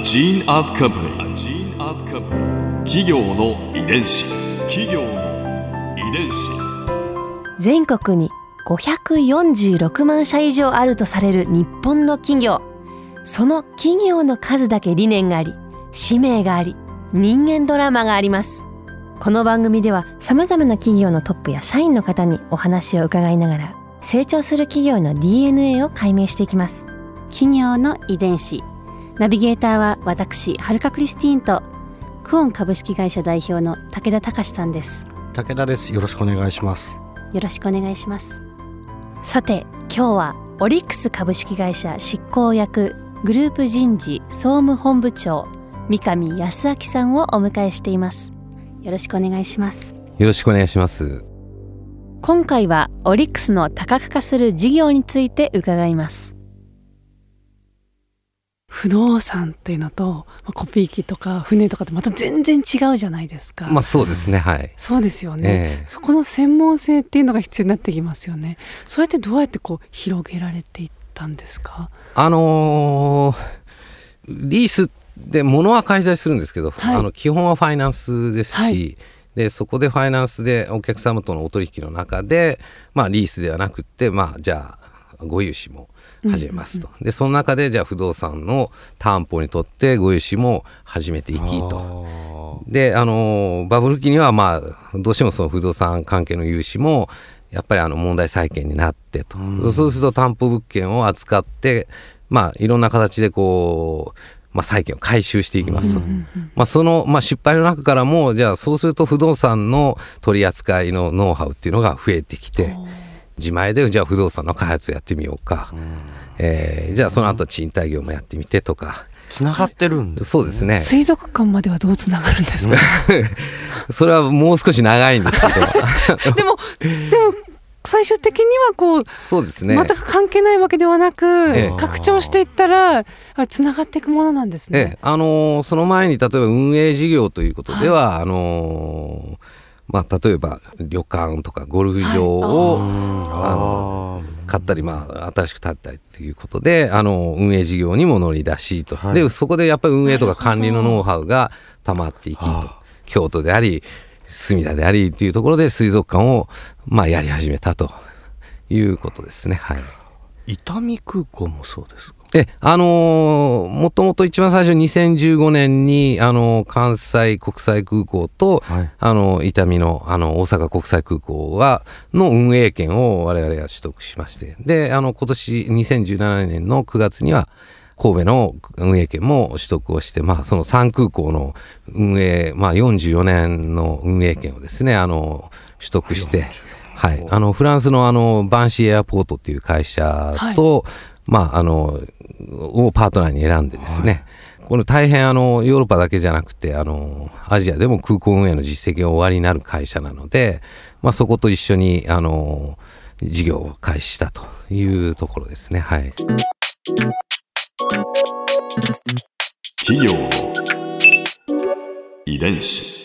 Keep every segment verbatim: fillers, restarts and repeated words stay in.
gene of company. A gene of company. 企業の遺伝子。企業の遺伝子。 全国にごひゃくよんじゅうろくまんしゃ以上あるとされる日本の企業。その企業の数だけ理念があり、使命があり、人間ドラマがあります。この番組では様々な企業のトップや社員の方にお話を伺いながら、成長する企業の ディーエヌエー を解明していきます。 企業の遺伝子。ナビゲーターは私、はるかクリスティーンとクオン株式会社代表の武田隆さんです。 武田です。よろしくお願いします。 よろしくお願いします。 さて、今日はオリックス株式会社執行役グループ人事総務本部長三上康明さんをお迎えしています。 よろしくお願いします。 よろしくお願いします。 今回はオリックスの多角化する事業について伺います。 不動産っていうのとコピー機とか船とかってまた全然違うじゃないですか。 まあそうですね、はい。 そうですよね、 えー、 そこの専門性っていうのが必要になってきますよね。それってどうやってこう広げられていったんですか？ あのー、リースで物は介在するんですけど、はい、あの基本はファイナンスですし、はい、でそこでファイナンスでお客様とのお取引の中で、まあ、リースではなくって、まあ、じゃあご融資も始めますと、うんうんうん、でその中でじゃあ不動産の担保にとってご融資も始めていきと。であのバブル期には、まあ、どうしてもその不動産関係の融資もやっぱりあの問題債権になってと、うん、そうすると担保物件を扱って、まあ、いろんな形でこう、まあ、債権を回収していきます、うんうんうん、まあ、その、まあ、失敗の中からもじゃあそうすると不動産の取り扱いのノウハウっていうのが増えてきて、自前でじゃあ不動産の開発をやってみようか、うん、えー、じゃあその後賃貸業もやってみてとか。 つながってるんですね。 そうですね。 水族館まではどうつながるんですか？ それはもう少し長いんですけどでもでも最終的にはこう、 そうですね、 全く関係ないわけではなく、ええ、拡張していったらつながっていくものなんですね。 ええ、あのー、その前に例えば運営事業ということでは、はい、あのーまあ、例えば旅館とかゴルフ場を、はい、あの買ったり、まあ、新しく建てたりということであの運営事業にも乗り出しと、はい、でそこでやっぱり運営とか管理のノウハウがたまっていきと、京都であり墨田でありというところで水族館を、まあ、やり始めたということですね。はい、 伊丹空港もそうですか？ えあのー、もともと一番最初にせんじゅうごねんに、あのー、関西国際空港と、はい、あの伊丹 の, あの大阪国際空港はの運営権を我々が取得しまして、であの今年にせんじゅうななねんのくがつには神戸の運営権も取得をして、まあ、そのさん空港の運営、まあ、よんじゅうよねんの運営権をですねあの取得して、はい、あのフランス の, あのバンシーエアポートっていう会社と、はい、まあ、あのをパートナーに選んでですね、はい、この大変あのヨーロッパだけじゃなくてあのアジアでも空港運営の実績が終わりになる会社なので、まあ、そこと一緒にあの事業を開始したというところですね。はい、 企業の遺伝子。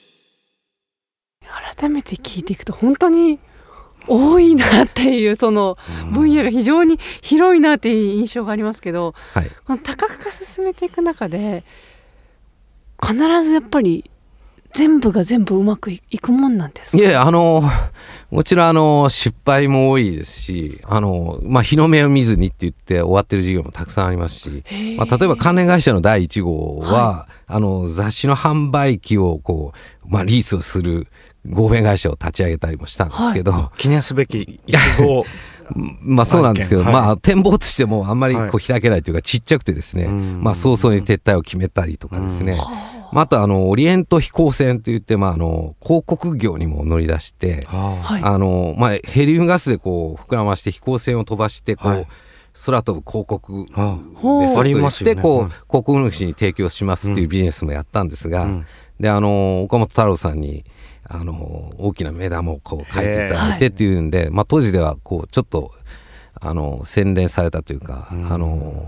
改めて聞いていくと本当に多いなっていうその分野が非常に広いなっていう印象がありますけど、はい、この多角化進めていく中で必ずやっぱり全部が全部うまくいくもんなんですか？ いやあのもちろんあの失敗も多いですし、あの、まあ、日の目を見ずにって言って終わってる事業もたくさんありますし、まあ、例えば関連会社のだいいち号は、はい、あの雑誌の販売機をこう、まあ、リースをする合弁会社を立ち上げたりもしたんですけど、はい、 記念すべきいち号まあそうなんですけど、はい、まあ展望としてもあんまりこう開けないというかちっちゃくてですね、はい、まあ早々に撤退を決めたりとかですね、まあ、あとあのオリエント飛行船といって、まあ、あの広告業にも乗り出して、はい、あのまあ、ヘリウムガスでこう膨らまして飛行船を飛ばしてこう、はい、空飛ぶ広告ですと言ってこう広告主に提供しますっていうビジネスもやったんですが、うん、であの岡本太郎さんにあの大きな目玉をこう書いていただいてっていうんで、まあ、当時ではこうちょっとあの洗練されたというか、うん、あの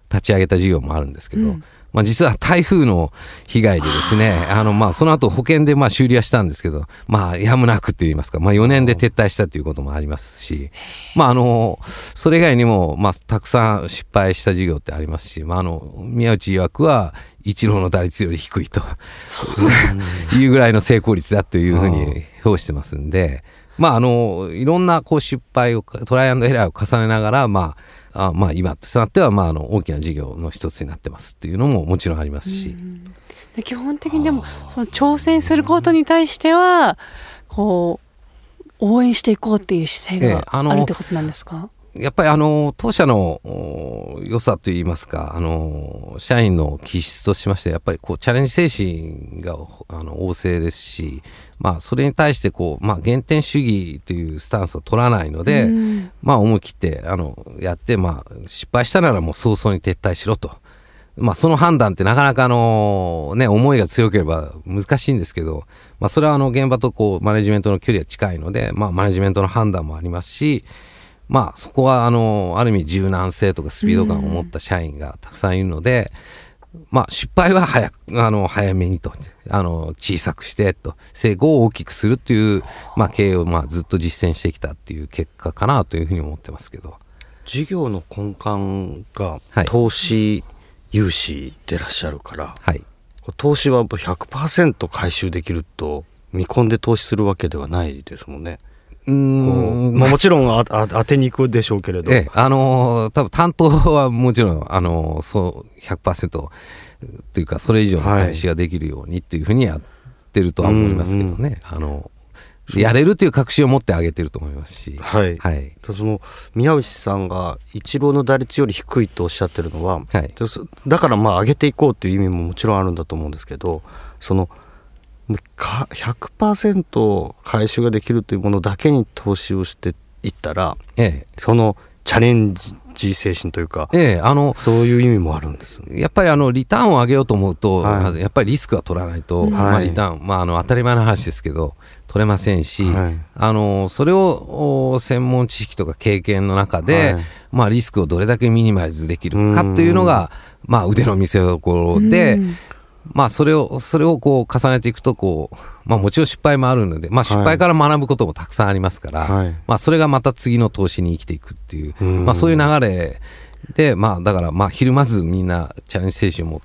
立ち上げた事業もあるんですけど、うんまあ、実は台風の被害でですねあのまあその後保険でまあ修理はしたんですけど、まあ、やむなくといいますか、まあ、よねんで撤退したということもありますし、まあ、あのそれ以外にもまあたくさん失敗した事業ってありますし、まあ、あの宮内曰くはイチローの打率より低いというぐらいの成功率だというふうに評してますんで、まあ、あのいろんなこう失敗をトライアンドエラーを重ねながら、まあ、あまあ今となってはまああの大きな事業の一つになってますっていうのももちろんありますし、 で基本的にでもその挑戦することに対してはこう応援していこうっていう姿勢があるってことなんですか？ ええ、やっぱりあの当社の良さといいますか、あの社員の気質としましてやっぱりこうチャレンジ精神があの旺盛ですし、まあ、それに対してこう、まあ、原点主義というスタンスを取らないので、うんまあ、思い切ってあのやって、まあ、失敗したならもう早々に撤退しろと、まあ、その判断ってなかなかあの、ね、思いが強ければ難しいんですけど、まあ、それはあの現場とこうマネジメントの距離が近いので、まあ、マネジメントの判断もありますし、まあ、そこはあのある意味柔軟性とかスピード感を持った社員がたくさんいるので、まあ、失敗は早くあの早めにとあの小さくしてと成功を大きくするという、まあ、経営をまあずっと実践してきたっていう結果かなというふうに思ってますけど、 事業の根幹が投資、はい、融資でらっしゃるから、はい、投資は ひゃくパーセント 回収できると見込んで投資するわけではないですもんね。うーん、まあ、もちろんああ当てに行くでしょうけれど、 ええ、あのー、多分担当はもちろん、あのー、そう ひゃくパーセント というかそれ以上の返しができるようにっていうふうにやってるとは思いますけどね、あのやれるという確信を持ってあげてると思いますし、 はいはい、その宮内さんがイチローの打率より低いとおっしゃってるのは、はい、だからまあ上げていこうという意味ももちろんあるんだと思うんですけど、そのひゃくパーセント 回収ができるというものだけに投資をしていったら、ええ、そのチャレンジ精神というか、ええ、あのそういう意味もあるんですよね。 やっぱりあのリターンを上げようと思うと、はい、やっぱりリスクは取らないと、はいまあ、リターン、まあ、あの当たり前の話ですけど取れませんし、はい、あのそれを専門知識とか経験の中で、はいまあ、リスクをどれだけミニマイズできるかというのが、まあ、腕の見せ所で、まあ、それをそれをこう重ねていくとこう、まあ、もちろん失敗もあるので、まあ、失敗から学ぶこともたくさんありますから、はいまあ、それがまた次の投資に生きていくっていう、まあ、そういう流れで、まあ、だからまあひるまずみんなチャレンジ精神を持って、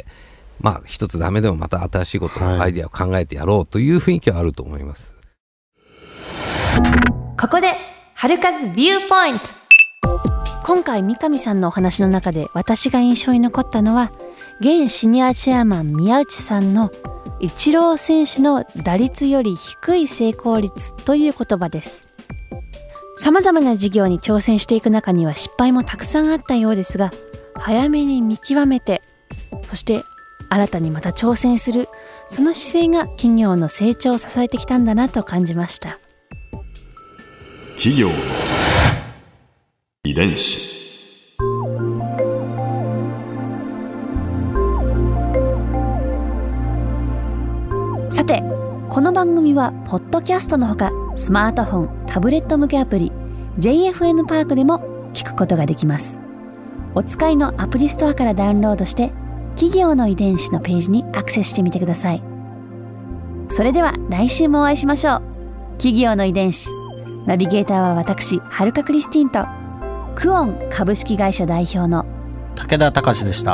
まあ、一つダメでもまた新しいこと、はい、アイデアを考えてやろうという雰囲気はあると思います。 ここで春風ビューポイント。今回三上さんのお話の中で私が印象に残ったのは現シニアチェアマン宮内さんのイチロー選手の打率より低い成功率という言葉です。さまざまな事業に挑戦していく中には失敗もたくさんあったようですが、早めに見極めて、そして新たにまた挑戦する、その姿勢が企業の成長を支えてきたんだなと感じました。 企業の遺伝子。 さて、この番組はポッドキャストのほかスマートフォン、タブレット向けアプリ ジェイエフエヌ パークでも聞くことができます。お使いのアプリストアからダウンロードして企業の遺伝子のページにアクセスしてみてください。それでは来週もお会いしましょう。企業の遺伝子、ナビゲーターは私はるかクリスティンとクオン株式会社代表の武田隆でした。